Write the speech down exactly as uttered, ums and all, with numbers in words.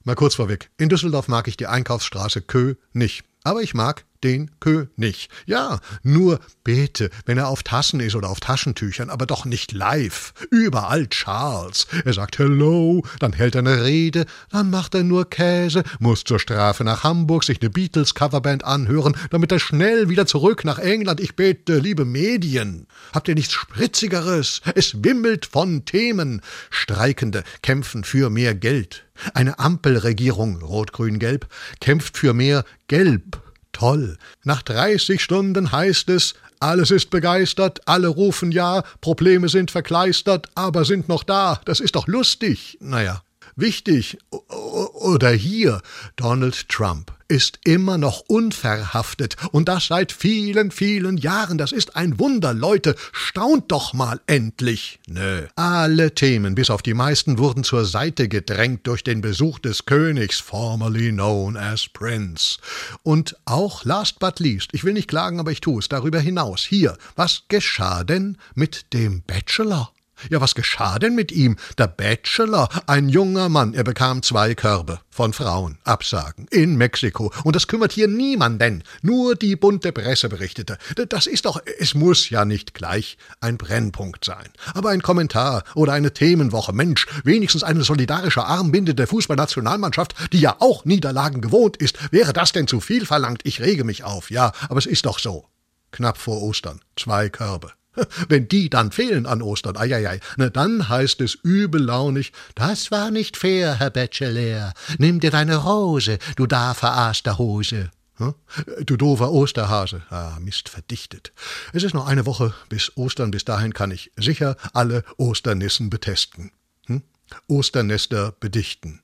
Mal kurz vorweg, in Düsseldorf mag ich die Einkaufsstraße Kö nicht. Aber ich mag den König. Ja, nur bitte, wenn er auf Tassen ist oder auf Taschentüchern, aber doch nicht live. Überall Charles. Er sagt Hello, dann hält er eine Rede, dann macht er nur Käse, muss zur Strafe nach Hamburg sich eine Beatles-Coverband anhören, damit er schnell wieder zurück nach England. Ich bitte, liebe Medien, habt ihr nichts Spritzigeres? Es wimmelt von Themen. Streikende kämpfen für mehr Geld. Eine Ampelregierung, rot-grün-gelb, kämpft für mehr Gelb. Toll. Nach dreißig Stunden heißt es, alles ist begeistert, alle rufen ja, Probleme sind verkleistert, aber sind noch da. Das ist doch lustig. Naja, wichtig. Oder hier, Donald Trump ist immer noch unverhaftet und das seit vielen, vielen Jahren. Das ist ein Wunder, Leute, staunt doch mal endlich. Nö, alle Themen, bis auf die meisten, wurden zur Seite gedrängt durch den Besuch des Königs, formerly known as Prince. Und auch, last but least, ich will nicht klagen, aber ich tue es, darüber hinaus, hier, was geschah denn mit dem Bachelor? Ja, was geschah denn mit ihm? Der Bachelor, ein junger Mann, er bekam zwei Körbe von Frauen, Absagen, in Mexiko. Und das kümmert hier niemanden, nur die bunte Presse berichtete. Das ist doch, es muss ja nicht gleich ein Brennpunkt sein. Aber ein Kommentar oder eine Themenwoche, Mensch, wenigstens eine solidarische Armbinde der Fußballnationalmannschaft, die ja auch Niederlagen gewohnt ist. Wäre das denn zu viel verlangt? Ich rege mich auf, ja, aber es ist doch so. Knapp vor Ostern, zwei Körbe. Wenn die dann fehlen an Ostern, eieiei, na dann heißt es übellaunig, das war nicht fair, Herr Bachelor, nimm dir deine Rose, du da veraaster Hose. Hm? Du doofer Osterhase. Ah, Mist, verdichtet. Es ist noch eine Woche bis Ostern, bis dahin kann ich sicher alle Osternissen betesten. Hm? Osternester bedichten.